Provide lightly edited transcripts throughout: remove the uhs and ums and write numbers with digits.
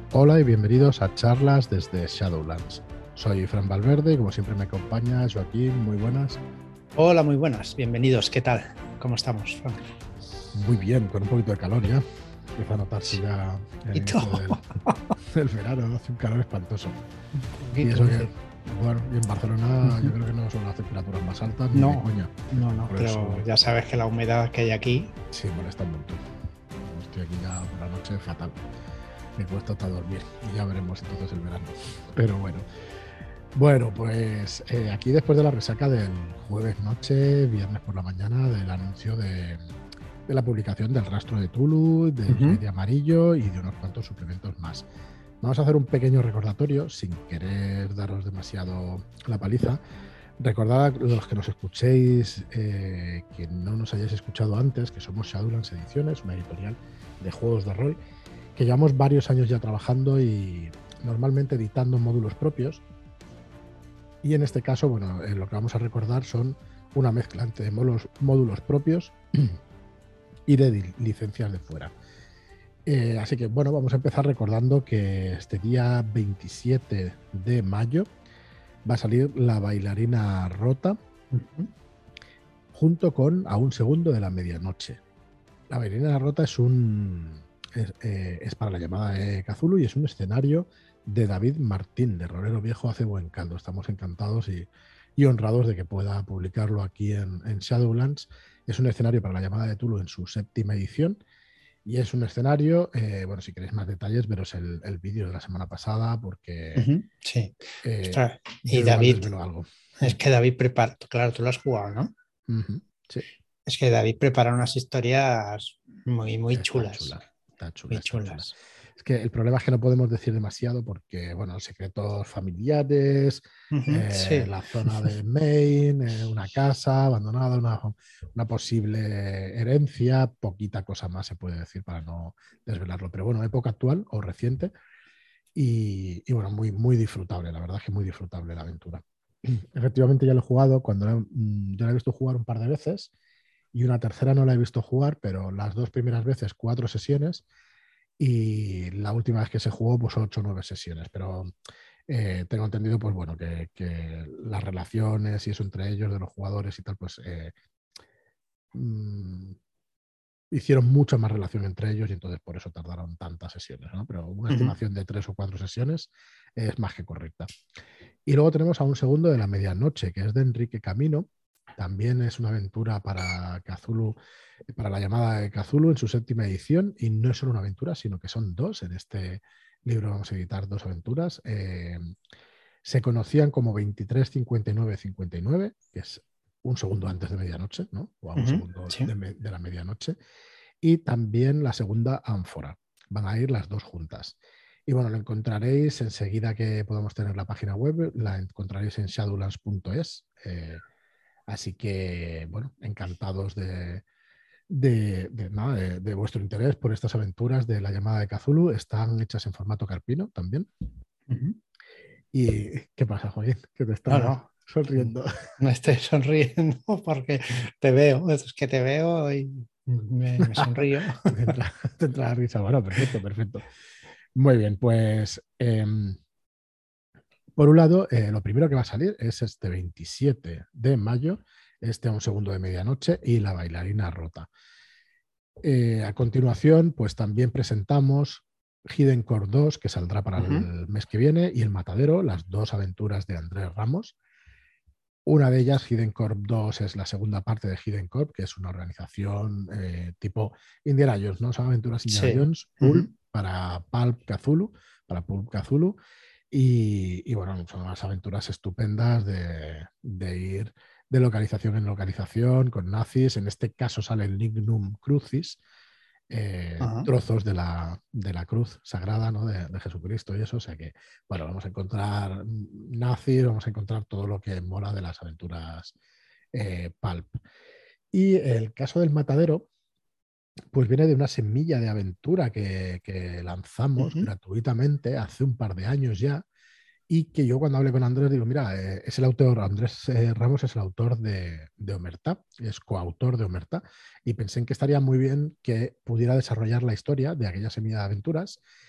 Hola y bienvenidos a charlas desde Shadowlands. Soy Fran Valverde y como siempre me acompaña Joaquín, muy buenas. Hola, muy buenas, bienvenidos. ¿Qué tal? ¿Cómo estamos, Fran? Muy bien, con un poquito de calor ya. Empieza a notarse Sí. ya el ¿Y inicio todo? del verano, hace un calor espantoso. Un Y poquito, eso que, dice. bueno, y en Barcelona yo Ujú. creo que no son las temperaturas más altas ni de No, coña. no, Por pero eso ya sabes que la humedad que hay aquí. sí molesta un montón. Estoy aquí ya por la noche fatal. Me cuesta hasta dormir y ya veremos entonces el verano. Pero bueno. Bueno, pues aquí después de la resaca del jueves noche, viernes por la mañana, del anuncio de la publicación del Rastro de Tulu, del Rey Ujú. de Amarillo y de unos cuantos suplementos más. Vamos a hacer un pequeño recordatorio, sin querer daros demasiado la paliza. Recordad a los que nos escuchéis, que no nos hayáis escuchado antes, que somos Shadowlands Ediciones, una editorial de juegos de rol, que llevamos varios años ya trabajando y normalmente editando módulos propios. Y en este caso, bueno, lo que vamos a recordar son una mezcla entre módulos propios y de licencias de fuera. Así que, bueno, vamos a empezar recordando que este día 27 de mayo va a salir La bailarina rota Ujú. junto con A un segundo de la medianoche. La bailarina rota es para la llamada de Cthulhu y es un escenario de David Martín, de Rolero Viejo hace buen caldo. Estamos encantados y honrados de que pueda publicarlo aquí en Shadowlands. Es un escenario para la llamada de Tulu en su séptima edición y es un escenario, bueno, si queréis más detalles, veros el vídeo de la semana pasada porque Ujú. Sí. eh, Ostras, y yo igual David, desvelo algo. es que David prepara, claro, tú lo has jugado, ¿no? Ujú, sí, Es que David prepara unas historias muy está chulas, chula, está chula, muy está chula. chulas. Es que el problema es que no podemos decir demasiado porque, bueno, secretos familiares, Ujú. Sí. la zona de Maine, una casa abandonada, una posible herencia, poquita cosa más se puede decir para no desvelarlo. Pero bueno, época actual o reciente y bueno, muy disfrutable, la verdad es que muy disfrutable la aventura. Efectivamente ya lo he jugado, yo la he visto jugar un par de veces y una tercera no la he visto jugar, pero las dos primeras veces 4 sesiones y la última vez que se jugó pues 8 o 9 sesiones, pero tengo entendido pues bueno que las relaciones y eso entre ellos de los jugadores y tal pues mm, hicieron mucha más relación entre ellos y entonces por eso tardaron tantas sesiones, ¿no? Pero una Ujú. estimación de 3 o 4 sesiones es más que correcta. Y luego tenemos a un segundo de la medianoche, que es de Enrique Camino. También es una aventura para Cthulhu, para la llamada de Cthulhu en su séptima edición. Y no es solo una aventura, sino que son dos. En este libro vamos a editar dos aventuras. Se conocían como 23-59-59, que es un segundo antes de medianoche, ¿no? O a un Ujú. segundo Sí. de la medianoche. Y también la segunda ánfora. Van a ir las dos juntas. Y bueno, lo encontraréis enseguida que podamos tener la página web, la encontraréis en shadowlands.es. Así que, bueno, encantados nada, de vuestro interés por estas aventuras de la llamada de Cthulhu. Están hechas en formato carpino también. Ujú. ¿Y qué pasa, Joaquín? Que te No, estás no, sonriendo. me estoy sonriendo porque te veo, es que te veo y me sonrío. Te entra la risa. Bueno, perfecto, perfecto. Muy bien, pues por un lado, lo primero que va a salir es este 27 de mayo, este a un segundo de medianoche y La bailarina rota. A continuación, pues también presentamos Hidden Core 2, que saldrá para Ujú. el mes que viene, y El Matadero, las dos aventuras de Andrés Ramos. Una de ellas, Hidden Corp 2, es la segunda parte de Hidden Corp, que es una organización tipo Indiana Jones, ¿no? Son aventuras Indiana Sí. Jones, Pulp, Ujú. para Pulp Cthulhu, para Pulp Cthulhu. Y bueno, son unas aventuras estupendas de ir de localización en localización con nazis. En este caso sale el Lignum Crucis, Ajá. trozos de la cruz sagrada, ¿no? de Jesucristo y eso. O sea que, bueno, vamos a encontrar nazis, vamos a encontrar todo lo que mola de las aventuras pulp. Y el caso del matadero, pues viene de una semilla de aventura que lanzamos Ujú. gratuitamente hace un par de años ya y que yo cuando hablé con Andrés digo, mira, es el autor, Andrés Ramos es el autor de Omertá, es coautor de Omertá, y pensé en que estaría muy bien que pudiera desarrollar la historia de aquella semilla de aventuras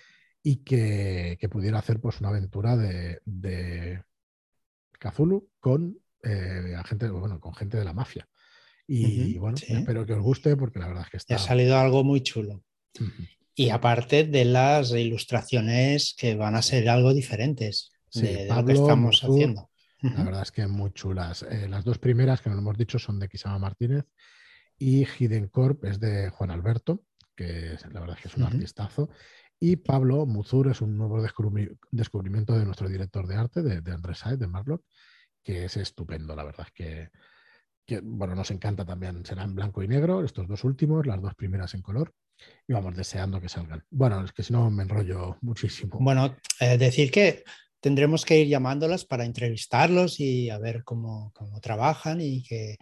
y que pudiera hacer pues una aventura de Cthulhu con bueno, con gente de la mafia. Y Ujú, bueno, sí. espero que os guste porque la verdad es que Y ha está... salido algo muy chulo. Ujú. Y aparte de las ilustraciones que van a ser algo diferentes Sí, de lo que Pablo, estamos Muzur, haciendo. la Ujú, verdad es que muy chulas. Las dos primeras que nos hemos dicho son de Kisama Martínez y Hidden Corp es de Juan Alberto, la verdad es que es un ujú. artistazo. Y Pablo Muzur es un nuevo descubrimiento de nuestro director de arte, de Andrés Saez, de Marlock, que es estupendo. La verdad es bueno, nos encanta también. Será en blanco y negro, estos dos últimos, las dos primeras en color. Y vamos deseando que salgan. Bueno, es que si no me enrollo muchísimo. Bueno, decir que tendremos que ir llamándolas para entrevistarlos y a ver cómo trabajan y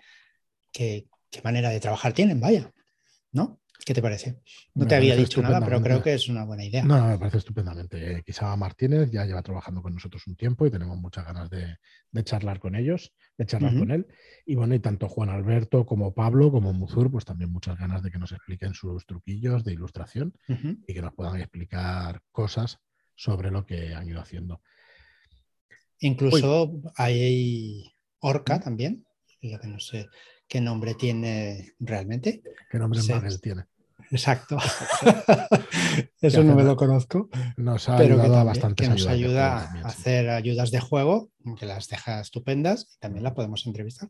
qué manera de trabajar tienen, vaya, ¿no? ¿Qué te parece? No Me te había parece dicho nada, pero creo estupendamente. que es una buena idea. No, no, me parece estupendamente. Quizá Martínez ya lleva trabajando con nosotros un tiempo y tenemos muchas ganas de charlar con ellos, de charlar con Ujú, él. Y bueno, y tanto Juan Alberto como Pablo, como Muzur, pues también muchas ganas de que nos expliquen sus truquillos de ilustración ujú. y que nos puedan explicar cosas sobre lo que han ido haciendo. Uy, Incluso hay Orca ¿mm? también, lo que no sé qué nombre tiene realmente. ¿Qué nombre Sí, Magel tiene? exacto. Que Eso no hace, me lo conozco, nos ha pero que ayudado a también que bastantes nos ayudas de juego ayuda también, a sí. hacer ayudas de juego, que las deja estupendas y también la Ujú. podemos entrevistar.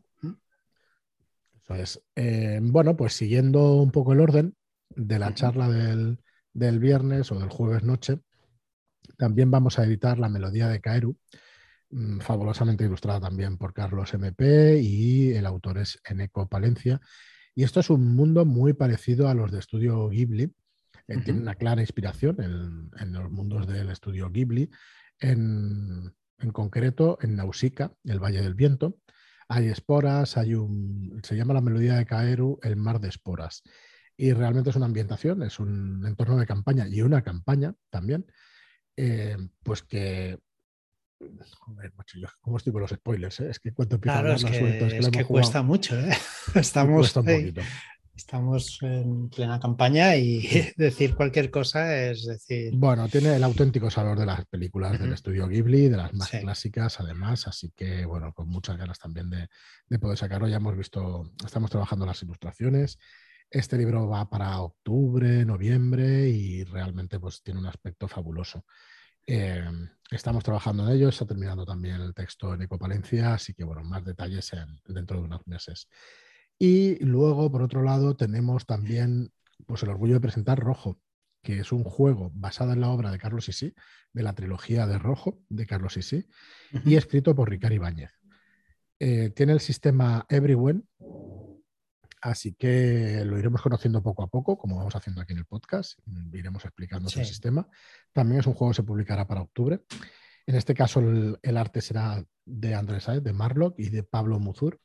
Eso es. Bueno, pues siguiendo un poco el orden de la Ujú, charla del viernes o del jueves noche, también vamos a editar la melodía de Kaeru, fabulosamente ilustrada también por Carlos MP y el autor es Eneco Palencia. Y esto es un mundo muy parecido a los de Estudio Ghibli. Tiene ujú. una clara inspiración en los mundos del Estudio Ghibli, en concreto en Nausicaa, el Valle del Viento. Hay esporas, se llama la melodía de Kaeru el mar de esporas. Y realmente es una ambientación, es un entorno de campaña y una campaña también, pues que joder, macho, yo cómo estoy con los spoilers, ¿eh? Es que cuando empiezo a Claro, hablarla, sobre todo es que la es hemos que jugado cuesta mucho, ¿eh? y Estamos cuesta un ahí, poquito. estamos en plena campaña y Mm. decir cualquier cosa es decir, Bueno, tiene el auténtico sabor de las películas del ujú, estudio Ghibli, de las más sí. clásicas, además, así que, bueno, con muchas ganas también de poder sacarlo. Ya hemos visto, estamos trabajando las ilustraciones. Este libro va para octubre, noviembre y realmente pues tiene un aspecto fabuloso. Eh, Estamos trabajando en ello, está terminando también el texto en Ecopalencia, así que, bueno, más detalles dentro de unos meses. Y luego, por otro lado, tenemos también pues, el orgullo de presentar Rojo, que es un juego basado en la obra de Carlos Isí, de la trilogía de Rojo de Carlos Isí, y Ujú. escrito por Ricard Ibáñez. Tiene el sistema Everywhere, así que lo iremos conociendo poco a poco, como vamos haciendo aquí en el podcast. Iremos explicando ese Sí. sistema. También es un juego que se publicará para octubre. En este caso, el arte será de Andrés Saez, de Marlock y de Pablo Muzur.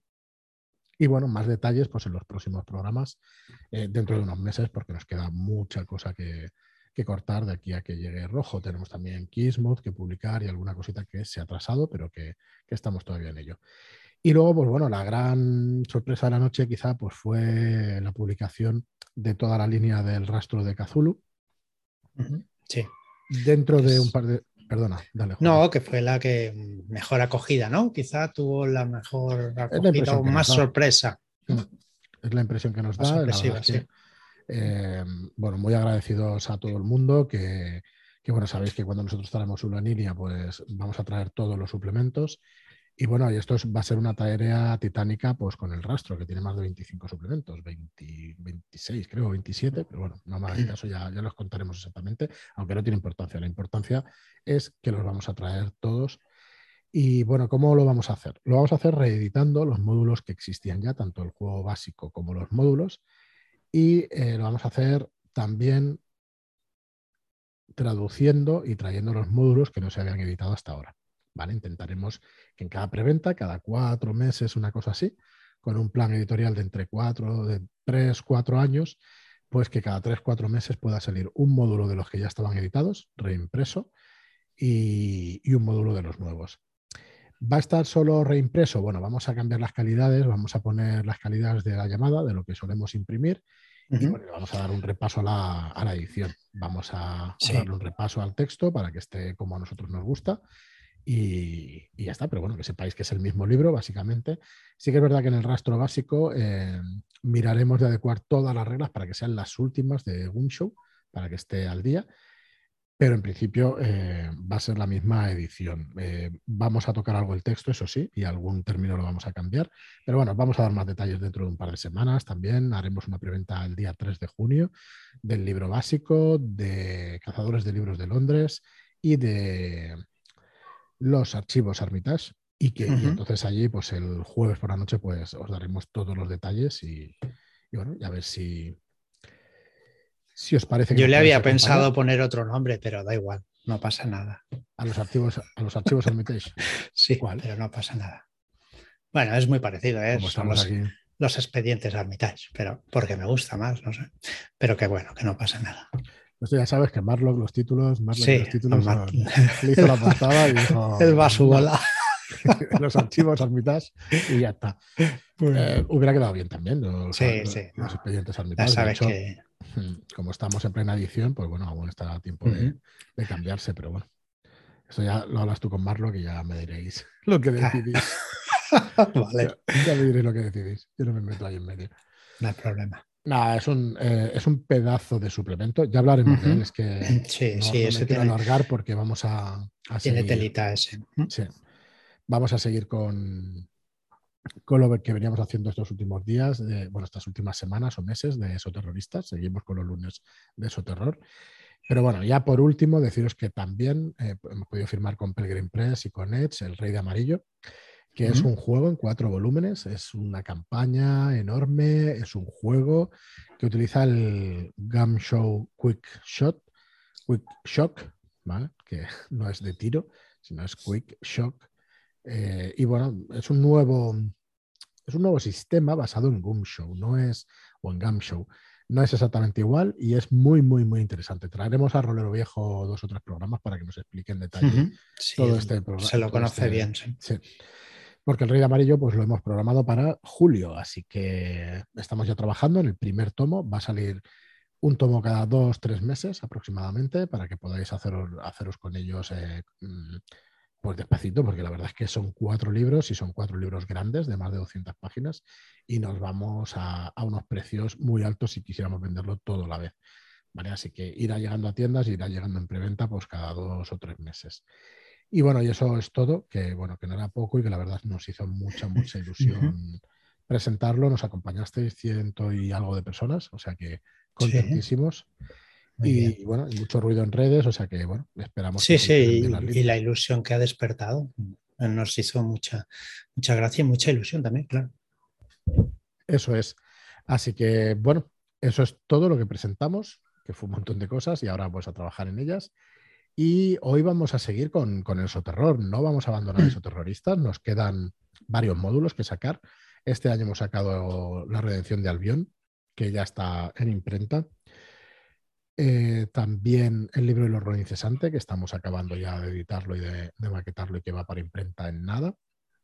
Y bueno, más detalles pues en los próximos programas, dentro de unos meses, porque nos queda mucha cosa que cortar de aquí a que llegue Rojo. Tenemos también Kismuth que publicar y alguna cosita que se ha atrasado, pero que estamos todavía en ello. Y luego, pues bueno, la gran sorpresa de la noche quizá pues fue la publicación de toda la línea del rastro de Cthulhu Ujú. Sí, dentro que de un es, par de... Perdona, dale, José. no, que fue la que mejor acogida, ¿no? Quizá tuvo la mejor Es la acogida impresión o que nos más da. sorpresa, Mm. ¿no? Es la impresión que nos Más da. La verdad es sorpresiva, que sí. Eh, bueno, muy agradecidos a todo el mundo bueno, sabéis que cuando nosotros traemos una línea, pues vamos a traer todos los suplementos. Y bueno, y va a ser una tarea titánica, pues con el rastro, que tiene más de 25 suplementos, 20, 26, creo, 27, pero bueno, no me hagáis caso, ya los contaremos exactamente, aunque no tiene importancia. La importancia es que los vamos a traer todos. Y bueno, ¿cómo lo vamos a hacer? Lo vamos a hacer reeditando los módulos que existían ya, tanto el juego básico como los módulos, y lo vamos a hacer también traduciendo y trayendo los módulos que no se habían editado hasta ahora. ¿Vale? Intentaremos que en cada preventa, cada 4 meses, una cosa así, con un plan editorial de 3, 4 años, pues que cada 3, 4 meses pueda salir un módulo de los que ya estaban editados, reimpreso, y un módulo de los nuevos. ¿Va a estar solo reimpreso? Bueno, vamos a cambiar las calidades, vamos a poner las calidades de la llamada, de lo que solemos imprimir, Y Ujú. bueno, vamos a dar un repaso a la edición. Vamos a Sí. darle un repaso al texto para que esté como a nosotros nos gusta. Y ya está, pero bueno, que sepáis que es el mismo libro, básicamente. Sí que es verdad que en el rastro básico miraremos de adecuar todas las reglas para que sean las últimas de Gunshow, para que esté al día, pero en principio va a ser la misma edición. Vamos a tocar algo el texto, eso sí, y algún término lo vamos a cambiar, pero bueno, vamos a dar más detalles dentro de un par de semanas. También haremos una preventa el día 3 de junio del libro básico, de Cazadores de Libros de Londres y de los archivos Armitage y Ujú. entonces allí pues el jueves por la noche pues os daremos todos los detalles y bueno, y a ver si os parece que Yo nos le podáis había acompañar pensado poner otro nombre, pero da igual, no pasa nada. a los archivos Armitage. Sí, ¿Cuál? pero no pasa nada. Bueno, es muy parecido, ¿eh? Como Son estamos aquí. los expedientes Armitage, pero porque me gusta más, no sé. Pero que bueno, que no pasa nada. Esto ya sabes que Marlock y Sí, los títulos son. Le hizo el, la portada y el dijo, no, basubola. los archivos Armitage y ya está. Bueno, Hubiera quedado bien también sí, sí, los no. expedientes Ya Armitage. De sabes hecho, que. como estamos en plena edición, pues bueno, aún estará a tiempo Ujú. de cambiarse, pero bueno. Eso ya lo hablas tú con Marlock y ya me diréis lo que Ah, decidís. vale, Ya me diréis lo que decidís. Yo no me meto ahí en medio. no hay problema. Nada, es un pedazo de suplemento. Ya hablaremos de él. Ujú. Es que Sí, no, sí, no me ese quiero tiene, alargar porque vamos a tiene seguir. telita ese. Ujú. Sí, vamos a seguir con lo que veníamos haciendo estos últimos días, bueno, estas últimas semanas o meses de Esoterroristas. Seguimos con los lunes de Esoterror. Pero bueno, ya por último, deciros que también hemos podido firmar con Pelgrim Press y con Edge, El Rey de Amarillo, que es Ujú. un juego en 4 volúmenes, es una campaña enorme, es un juego que utiliza el Gumshoe Quick Shock, ¿vale? Que no es de tiro, sino es Quick Shock. Y bueno, es un nuevo sistema basado en Gumshoe, o en Gumshoe. No es exactamente igual y es muy, muy, muy interesante. Traeremos a Rolero Viejo 2 o 3 programas para que nos explique en detalle Ujú. Sí, todo él este se programa, lo conoce bien, sí. sí. Porque el Rey de Amarillo pues lo hemos programado para julio, así que estamos ya trabajando en el primer tomo. Va a salir un tomo cada 2 o 3 meses aproximadamente para que podáis haceros con ellos pues despacito, porque la verdad es que son 4 libros y son 4 libros grandes de más de 200 páginas y nos vamos a unos precios muy altos si quisiéramos venderlo todo a la vez. ¿Vale? Así que irá llegando a tiendas, irá llegando en preventa pues cada 2 o 3 meses. Y bueno, y eso es todo, que bueno, que no era poco y que la verdad nos hizo mucha, mucha Ujú. ilusión presentarlo. Nos acompañasteis ciento y algo de personas, o sea que Sí, contentísimos. muy bien. Y bueno, y mucho ruido en redes, o sea que bueno, esperamos que Sí, se enteren bien sí, las y la líneas. ilusión que ha despertado nos hizo mucha gracia y mucha ilusión también, claro. Eso es. Así que bueno, eso es todo lo que presentamos, que fue un montón de cosas y ahora vamos a trabajar en ellas. Y hoy vamos a seguir con el Soterror. No vamos a abandonar el Soterroristas. Nos quedan varios módulos que sacar. Este año hemos sacado La Redención de Albión, que ya está en imprenta. También el libro del horror incesante, que estamos acabando ya de editarlo y de maquetarlo y que va para imprenta en nada.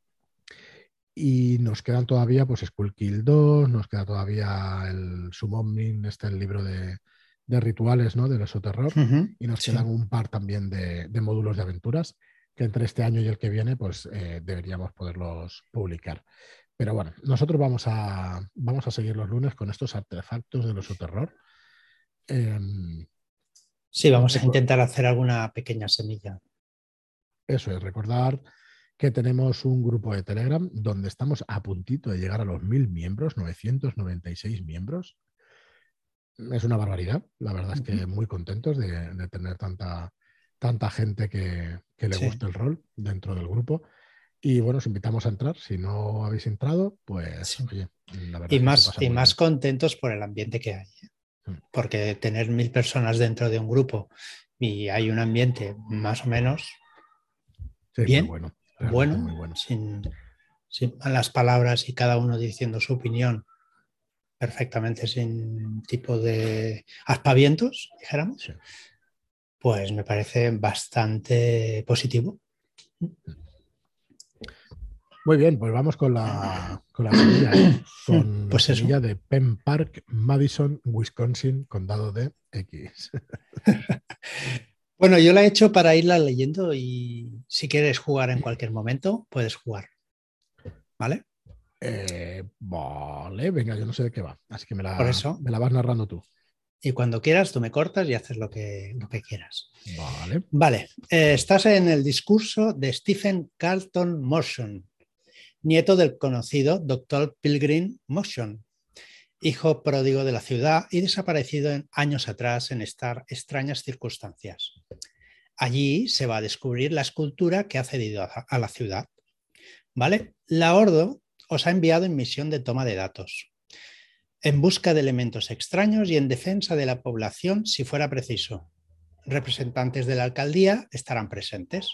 Y nos quedan todavía, pues, Skull Kill 2, nos queda todavía el Summoning, el libro de rituales, ¿no? Del Esoterror, Ujú. y nos quedan Sí, un par también de módulos de aventuras, que entre este año y el que viene, pues, deberíamos poderlos publicar. Pero bueno, nosotros vamos a seguir los lunes con estos artefactos del Esoterror. Eh, sí, vamos a reco- intentar hacer alguna pequeña semilla. Eso es, recordar que tenemos un grupo de Telegram donde estamos a puntito de llegar a los 1000 miembros, 996 miembros. Es una barbaridad. La verdad es Ujú. que muy contentos de tener tanta gente que le Sí, guste el rol dentro del grupo. Y bueno, os invitamos a entrar. Si no habéis entrado, pues sí. oye, la verdad es que se pasa Y muy más bien. contentos por el ambiente que hay, ¿eh? Mm. Porque tener 1000 personas dentro de un grupo y hay un ambiente más o menos Sí, muy bien, bueno, realmente bueno, muy bueno. sin malas palabras y cada uno diciendo su opinión perfectamente sin tipo de aspavientos, Sí. dijéramos, pues me parece bastante positivo. Muy bien, pues vamos con la semilla, ¿eh? Con la Pues eso. semilla de Penn Park, Madison, Wisconsin, condado de X. Bueno, yo la he hecho para irla leyendo y si quieres jugar en cualquier momento, puedes jugar, ¿vale? Vale, venga, yo no sé de qué va, así que Por eso. me la vas narrando tú. Y cuando quieras, tú me cortas y haces lo que quieras. Vale. Vale, estás en el discurso de Stephen Carlton Motion, nieto del conocido Dr. Pilgrim Motion, hijo pródigo de la ciudad y desaparecido en años atrás en extrañas circunstancias. Allí se va a descubrir la escultura que ha cedido a la ciudad. ¿Vale? La Ordo os ha enviado en misión de toma de datos, en busca de elementos extraños y en defensa de la población si fuera preciso. Representantes de la alcaldía estarán presentes.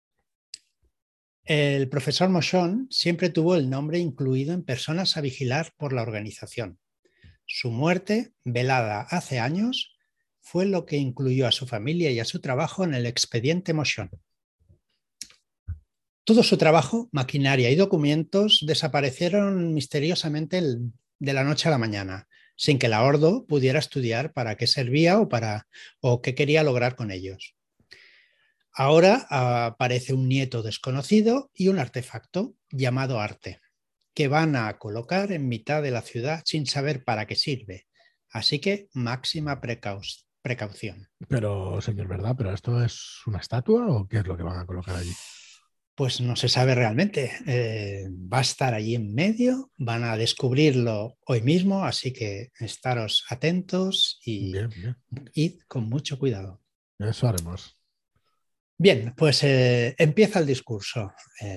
El profesor Moshon siempre tuvo el nombre incluido en personas a vigilar por la organización. Su muerte, velada hace años, fue lo que incluyó a su familia y a su trabajo en el expediente Moshon. Todo su trabajo, maquinaria y documentos desaparecieron misteriosamente de la noche a la mañana, sin que la Ordo pudiera estudiar para qué servía o qué quería lograr con ellos. Ahora aparece un nieto desconocido y un artefacto llamado arte, que van a colocar en mitad de la ciudad sin saber para qué sirve. Así que máxima precaución. Pero, señor, ¿verdad? ¿Pero esto es una estatua o qué es lo que van a colocar allí? Pues no se sabe realmente. Va a estar allí en medio, van a descubrirlo hoy mismo, así que estaros atentos y Bien, bien. id con mucho cuidado. Eso haremos. Bien, pues empieza el discurso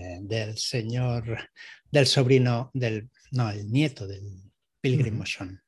del sobrino, no, el nieto del Pilgrim Motion.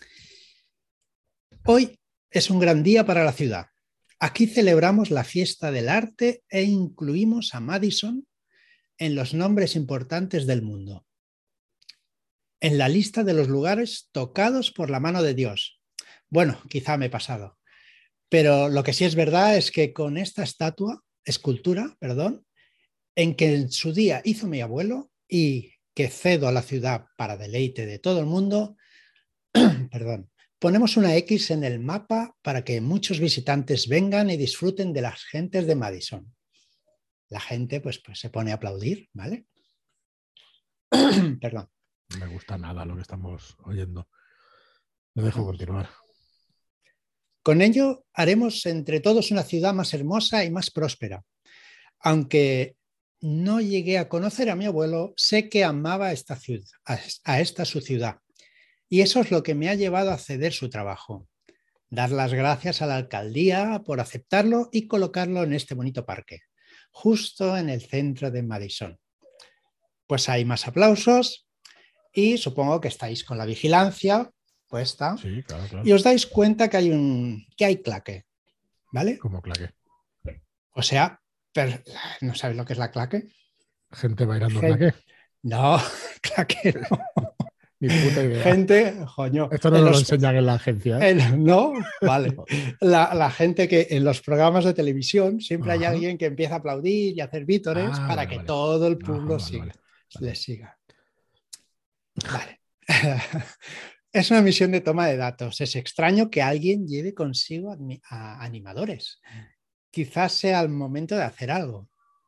Hoy es un gran día para la ciudad. Aquí celebramos la fiesta del arte e incluimos a Madison en los nombres importantes del mundo, en la lista de los lugares tocados por la mano de Dios. Bueno, quizá me he pasado, pero lo que sí es verdad es que con esta escultura, en que en su día hizo mi abuelo y que cedo a la ciudad para deleite de todo el mundo, perdón, ponemos una X en el mapa para que muchos visitantes vengan y disfruten de las gentes de Madison. La gente pues se pone a aplaudir, ¿vale? Perdón. No me gusta nada lo que estamos oyendo. Me dejo continuar. Con ello haremos entre todos una ciudad más hermosa y más próspera. Aunque no llegué a conocer a mi abuelo, sé que amaba a esta su ciudad. Y eso es lo que me ha llevado a ceder su trabajo. Dar las gracias a la alcaldía por aceptarlo y colocarlo en este bonito parque, justo en el centro de Madison. Pues hay más aplausos y supongo que estáis con la vigilancia puesta Sí, claro, claro. y os dais cuenta que hay claque, ¿vale? ¿Cómo claque? O sea, ¿no sabes lo que es la claque? ¿Gente bailando claque? No, claque no. Ni puta idea. Gente, coño, Esto no nos lo enseñan en la agencia, ¿eh? no, vale. La gente que en los programas de televisión siempre hay Ajá. alguien que empieza a aplaudir y a hacer vítores Ah, para vale, que vale. todo el Ajá, pueblo vale, vale. les siga. Vale. Es una misión de toma de datos. Es extraño que alguien lleve consigo a animadores. Quizás sea el momento de hacer algo.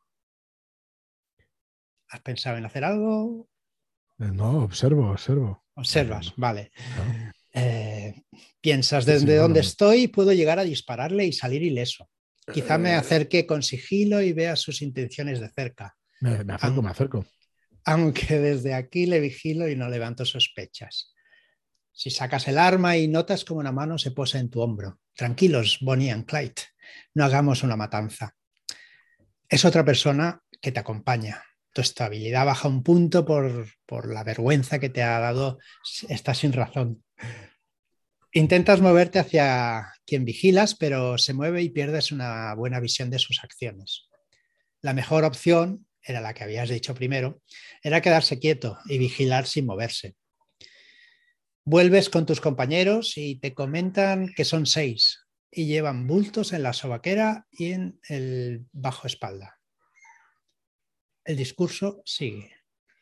¿Has pensado en hacer algo? No, observo. Observas, vale. Claro. Piensas Sí, sí, desde bueno, donde estoy puedo llegar a dispararle y salir ileso. Quizá me acerque con sigilo y vea sus intenciones de cerca, me acerco. aunque desde aquí le vigilo y no levanto sospechas. Si sacas el arma y notas como una mano se posa en tu hombro. Tranquilos, Bonnie and Clyde, no hagamos una matanza. Es otra persona que te acompaña. Tu estabilidad baja un punto por la vergüenza que te ha dado. Estás sin razón. Intentas moverte hacia quien vigilas, pero se mueve y pierdes una buena visión de sus acciones. La mejor opción, era la que habías dicho primero, era quedarse quieto y vigilar sin moverse. Vuelves con tus compañeros y te comentan que son 6 y llevan bultos en la sobaquera y en el bajo espalda. El discurso sigue.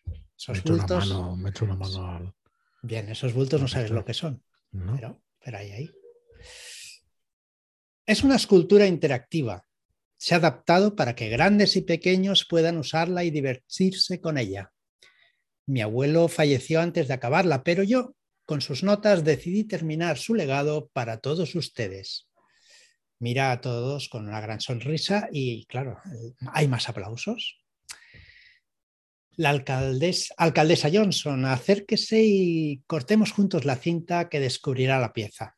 Esos bultos. Me echo una mano al. Bien, esos bultos no sabes lo que son, ¿No? pero ahí. Es una escultura interactiva. Se ha adaptado para que grandes y pequeños puedan usarla y divertirse con ella. Mi abuelo falleció antes de acabarla, pero yo, con sus notas, decidí terminar su legado para todos ustedes. Mira a todos con una gran sonrisa y, claro, hay más aplausos. La alcaldesa Johnson, acérquese y cortemos juntos la cinta que descubrirá la pieza.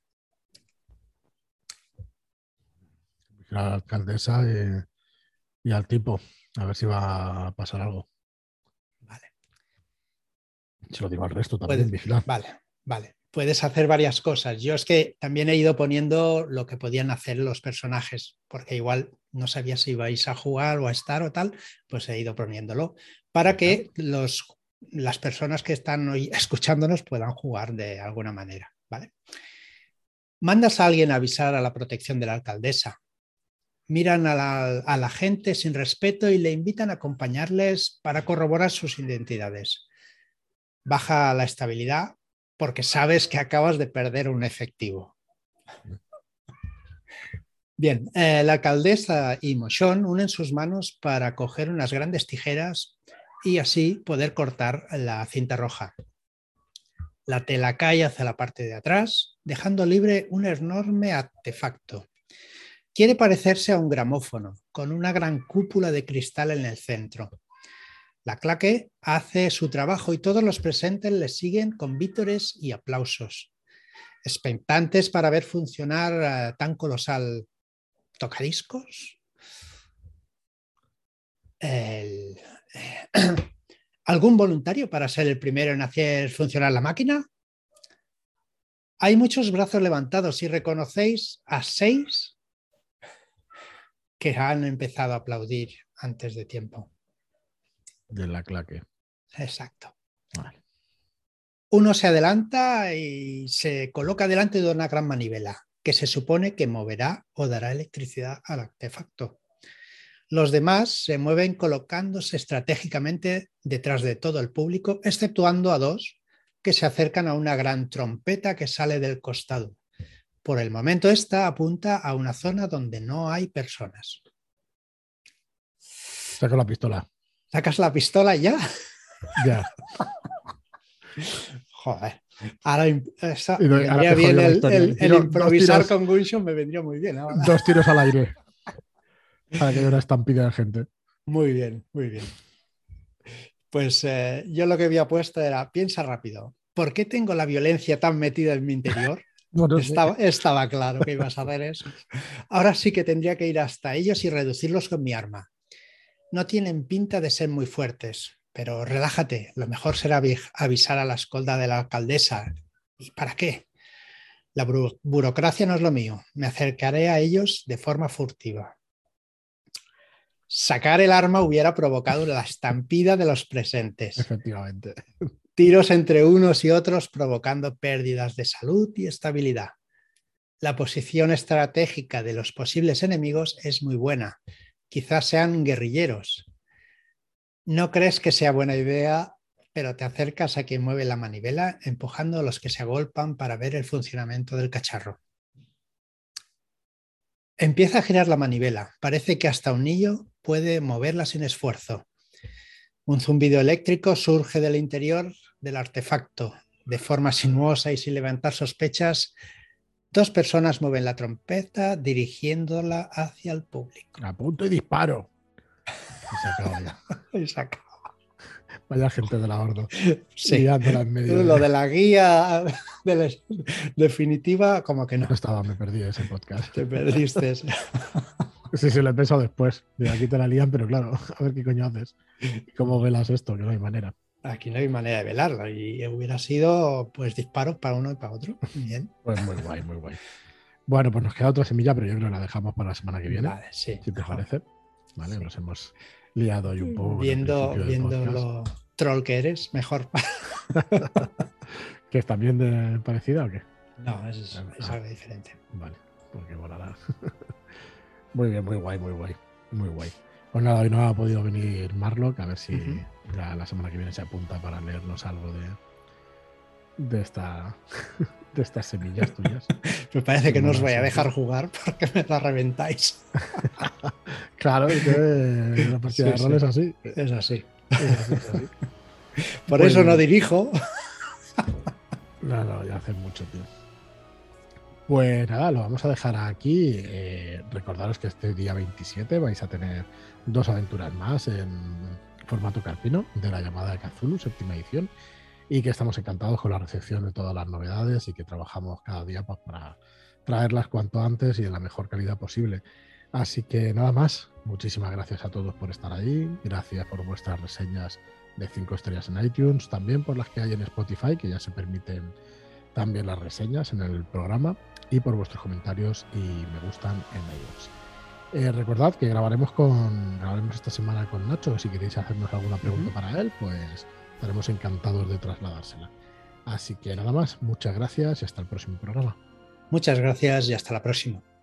La alcaldesa y al tipo, a ver si va a pasar algo. Vale. Se lo digo al resto también, vigilar. Vale. Puedes hacer varias cosas. Yo es que también he ido poniendo lo que podían hacer los personajes, porque igual no sabía si ibais a jugar o a estar o tal, pues he ido poniéndolo para que las personas que están hoy escuchándonos puedan jugar de alguna manera. ¿Vale? Mandas a alguien a avisar a la protección de la alcaldesa. Miran a la gente sin respeto y le invitan a acompañarles para corroborar sus identidades. Baja la estabilidad porque sabes que acabas de perder un efectivo. Bien, la alcaldesa y Moshon unen sus manos para coger unas grandes tijeras y así poder cortar la cinta roja. La tela cae hacia la parte de atrás, dejando libre un enorme artefacto. Quiere parecerse a un gramófono, con una gran cúpula de cristal en el centro. La claque hace su trabajo y todos los presentes le siguen con vítores y aplausos, expectantes para ver funcionar tan colosal tocadiscos. ¿Algún voluntario para ser el primero en hacer funcionar la máquina? Hay muchos brazos levantados y reconocéis a 6 que han empezado a aplaudir antes de tiempo. De la claque. Exacto. Vale. Uno se adelanta y se coloca delante de una gran manivela que se supone que moverá o dará electricidad al artefacto. Los demás se mueven colocándose estratégicamente detrás de todo el público, exceptuando a 2 que se acercan a una gran trompeta que sale del costado. Por el momento esta apunta a una zona donde no hay personas. Saca la pistola. ¿Sacas la pistola ya? Ya. Joder. Ahora Y me ahora vendría te bien jodió la historia. el improvisar con Gunshot, me vendría muy bien. Ahora. 2 tiros al aire para que haya una estampida de gente. Muy bien, muy bien. Pues yo lo que había puesto era, piensa rápido, ¿por qué tengo la violencia tan metida en mi interior? No Estaba claro que ibas a hacer eso. Ahora sí que tendría que ir hasta ellos y reducirlos con mi arma. No tienen pinta de ser muy fuertes, pero relájate, lo mejor será avisar a la escolta de la alcaldesa. ¿Y para qué? La burocracia no es lo mío. Me acercaré a ellos de forma furtiva. Sacar el arma hubiera provocado la estampida de los presentes. Efectivamente. Tiros entre unos y otros provocando pérdidas de salud y estabilidad. La posición estratégica de los posibles enemigos es muy buena. Quizás sean guerrilleros. No crees que sea buena idea, pero te acercas a quien mueve la manivela, empujando a los que se agolpan para ver el funcionamiento del cacharro. Empieza a girar la manivela. Parece que hasta un niño puede moverla sin esfuerzo. Un zumbido eléctrico surge del interior del artefacto. De forma sinuosa y sin levantar sospechas, 2 personas mueven la trompeta dirigiéndola hacia el público. Apunto y disparo. Y se acaba ya. Y se acaba. Vaya gente de la horda. Sí. Liándola en medio. Lo de la guía definitiva, como que no. No estaba, me perdí ese podcast. Te perdiste. Sí, lo he pensado después. De aquí te la lían, pero claro, a ver qué coño haces. ¿Cómo velas esto? Que no hay manera. Aquí no hay manera de velarlo y hubiera sido pues disparos para uno y para otro. Bien. Pues muy guay, muy guay. Bueno, pues nos queda otra semilla, pero yo creo que la dejamos para la semana que viene. Vale, sí, si te mejor. parece. Vale, Sí. Nos hemos liado hoy un poco. Viendo lo troll que eres, mejor. ¿Que es también parecida o qué? No, es algo diferente. Vale, porque volará. Muy bien, muy guay, muy guay. Muy guay. Pues nada, hoy no ha podido venir Marlock, a ver si Ya la semana que viene se apunta para leernos algo de estas semillas tuyas. Me parece que no os voy a siempre. dejar jugar porque me la reventáis. Claro, es que la partida de Sí, rol sí, es así. es así. Es así, es así. Por eso no Pues dirijo. no, ya hace mucho, tío. Pues nada, lo vamos a dejar aquí. Recordaros que este día 27 vais a tener 2 aventuras más en formato carpino de la llamada de Cthulhu, séptima edición, y que estamos encantados con la recepción de todas las novedades y que trabajamos cada día pues, para traerlas cuanto antes y en la mejor calidad posible. Así que nada más, muchísimas gracias a todos por estar ahí, gracias por vuestras reseñas de 5 estrellas en iTunes, también por las que hay en Spotify, que ya se permiten también las reseñas en el programa, y por vuestros comentarios y me gustan en iVoox. Recordad que grabaremos esta semana con Nacho. Si queréis hacernos alguna pregunta para él, pues estaremos encantados de trasladársela. Así que nada más, muchas gracias y hasta el próximo programa. Muchas gracias y hasta la próxima.